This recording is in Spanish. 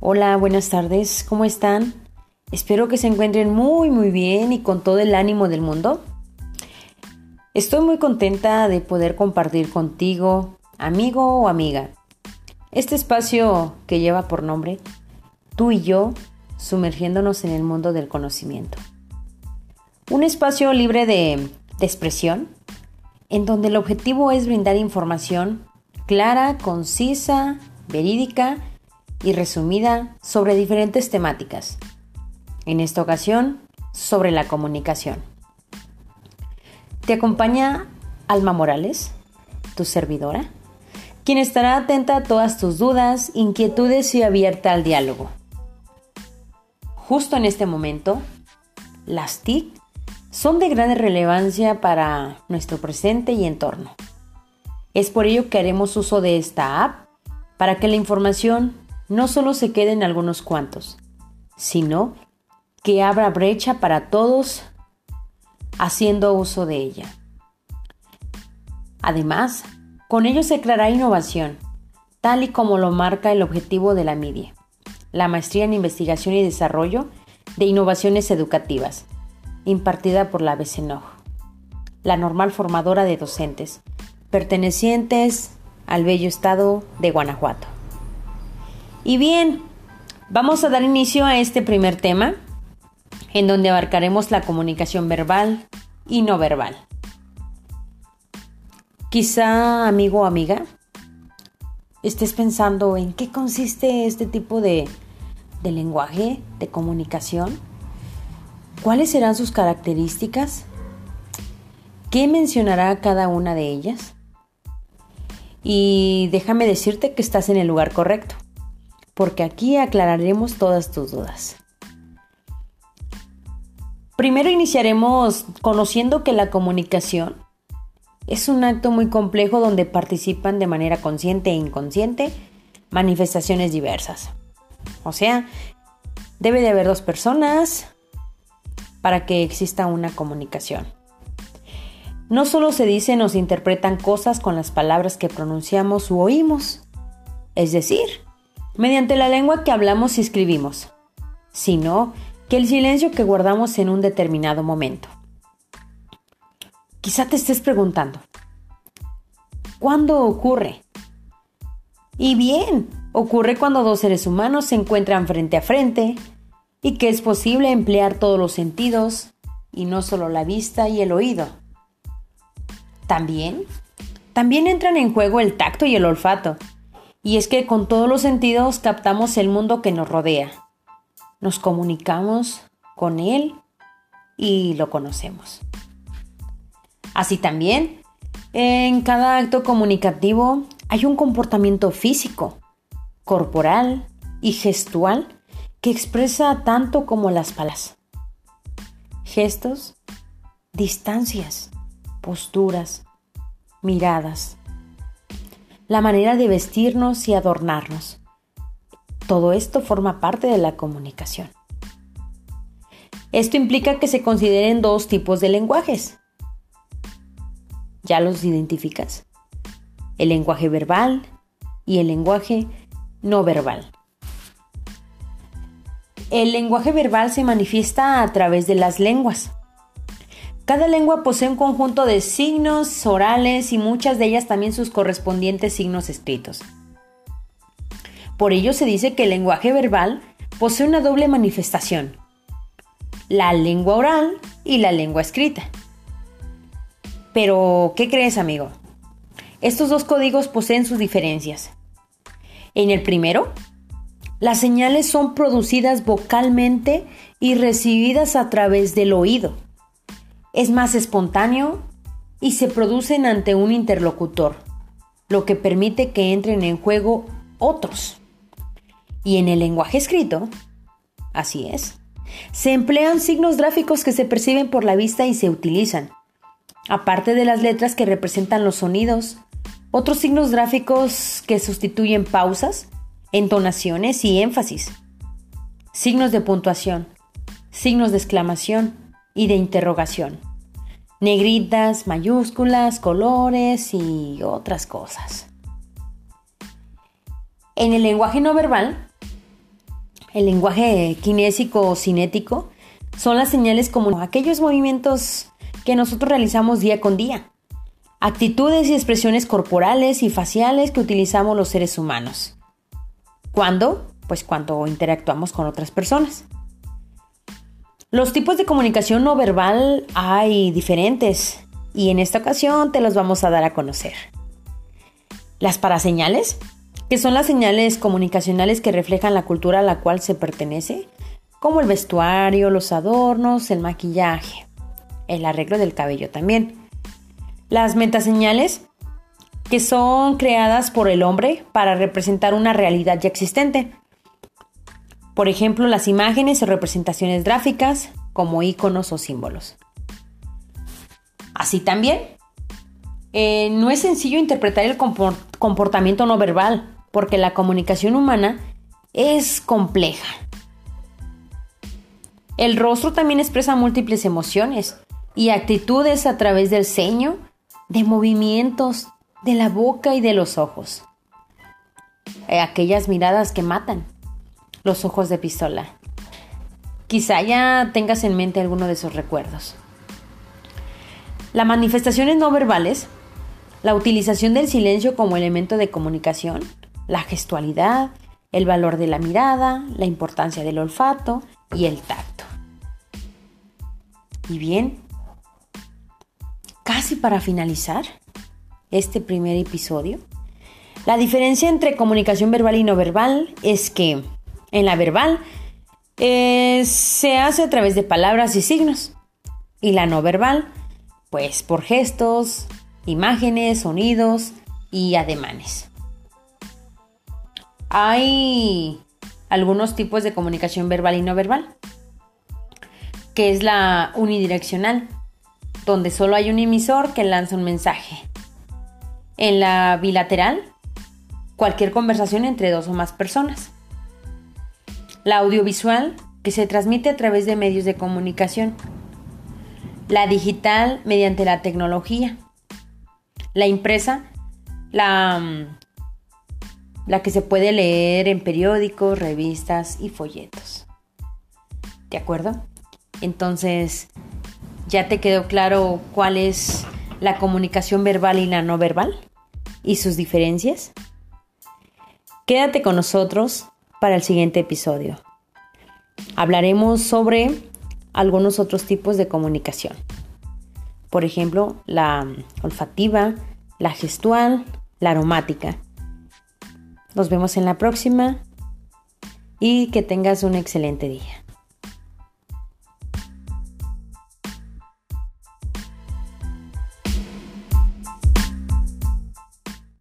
Hola, buenas tardes, ¿cómo están? Espero que se encuentren muy bien y con todo el ánimo del mundo. Estoy muy contenta de poder compartir contigo, amigo o amiga, este espacio que lleva por nombre Tú y yo, sumergiéndonos en el mundo del conocimiento. Un espacio libre de expresión, en donde el objetivo es brindar información clara, concisa, verídica y resumida sobre diferentes temáticas. En esta ocasión, sobre la comunicación. Te acompaña Alma Morales, tu servidora, quien estará atenta a todas tus dudas, inquietudes y abierta al diálogo. Justo en este momento, las TIC son de gran relevancia para nuestro presente y entorno. Es por ello que haremos uso de esta app para que la información no solo se quede en algunos cuantos, sino que abra brecha para todos haciendo uso de ella. Además, con ello se creará innovación, tal y como lo marca el objetivo de la MIDIE, la Maestría en Investigación y Desarrollo de Innovaciones Educativas, impartida por la BCNOG, la normal formadora de docentes, pertenecientes al bello estado de Guanajuato. Y bien, vamos a dar inicio a este primer tema, en donde abarcaremos la comunicación verbal y no verbal. Quizá, amigo o amiga, estés pensando en qué consiste este tipo de lenguaje, de comunicación. ¿Cuáles serán sus características? ¿Qué mencionará cada una de ellas? Y déjame decirte que estás en el lugar correcto, porque aquí aclararemos todas tus dudas. Primero iniciaremos conociendo que la comunicación es un acto muy complejo donde participan de manera consciente e inconsciente manifestaciones diversas. O sea, debe de haber dos personas para que exista una comunicación. No solo se dicen o se interpretan cosas con las palabras que pronunciamos u oímos, es decir, mediante la lengua que hablamos y escribimos, sino que el silencio que guardamos en un determinado momento. Quizá te estés preguntando, ¿cuándo ocurre? Y bien, ocurre cuando dos seres humanos se encuentran frente a frente y que es posible emplear todos los sentidos y no solo la vista y el oído. También entran en juego el tacto y el olfato. Y es que con todos los sentidos captamos el mundo que nos rodea. Nos comunicamos con él y lo conocemos. Así también, en cada acto comunicativo hay un comportamiento físico, corporal y gestual que expresa tanto como las palabras. Gestos, distancias, posturas, miradas, la manera de vestirnos y adornarnos. Todo esto forma parte de la comunicación. Esto implica que se consideren dos tipos de lenguajes. ¿Ya los identificas? El lenguaje verbal y el lenguaje no verbal. El lenguaje verbal se manifiesta a través de las lenguas. Cada lengua posee un conjunto de signos orales y muchas de ellas también sus correspondientes signos escritos. Por ello se dice que el lenguaje verbal posee una doble manifestación: la lengua oral y la lengua escrita. Pero, ¿qué crees, amigo? Estos dos códigos poseen sus diferencias. En el primero, las señales son producidas vocalmente y recibidas a través del oído. Es más espontáneo y se producen ante un interlocutor, lo que permite que entren en juego otros. Y en el lenguaje escrito, así es, se emplean signos gráficos que se perciben por la vista y se utilizan, aparte de las letras que representan los sonidos, otros signos gráficos que sustituyen pausas, entonaciones y énfasis, signos de puntuación, signos de exclamación y de interrogación, negritas, mayúsculas, colores y otras cosas. En el lenguaje no verbal, El lenguaje kinésico o cinético son las señales como aquellos movimientos que nosotros realizamos día con día, actitudes y expresiones corporales y faciales que utilizamos los seres humanos. ¿Cuándo? Pues cuando interactuamos con otras personas. Los tipos de comunicación no verbal hay diferentes y en esta ocasión te los vamos a dar a conocer. Las paraseñales, que son las señales comunicacionales que reflejan la cultura a la cual se pertenece, como el vestuario, los adornos, el maquillaje, el arreglo del cabello también. Las metaseñales, que son creadas por el hombre para representar una realidad ya existente. Por ejemplo, las imágenes o representaciones gráficas como iconos o símbolos. Así también, no es sencillo interpretar el comportamiento no verbal, porque la comunicación humana es compleja. El rostro también expresa múltiples emociones y actitudes a través del ceño, de movimientos, de la boca y de los ojos. Aquellas miradas que matan. Los ojos de pistola. Quizá ya tengas en mente alguno de esos recuerdos. Las manifestaciones no verbales, la utilización del silencio como elemento de comunicación, la gestualidad, el valor de la mirada, la importancia del olfato y el tacto. Y bien, casi para finalizar este primer episodio, la diferencia entre comunicación verbal y no verbal es que en la verbal se hace a través de palabras y signos. Y la no verbal, pues por gestos, imágenes, sonidos y ademanes. Hay algunos tipos de comunicación verbal y no verbal, que es la unidireccional, donde solo hay un emisor que lanza un mensaje. En la bilateral, cualquier conversación entre dos o más personas. La audiovisual, que se transmite a través de medios de comunicación. La digital, mediante la tecnología. La impresa, la que se puede leer en periódicos, revistas y folletos. ¿De acuerdo? Entonces, ¿ya te quedó claro cuál es la comunicación verbal y la no verbal y sus diferencias? Quédate con nosotros para el siguiente episodio. Hablaremos sobre algunos otros tipos de comunicación. Por ejemplo, la olfativa, la gestual, la aromática. Nos vemos en la próxima y que tengas un excelente día.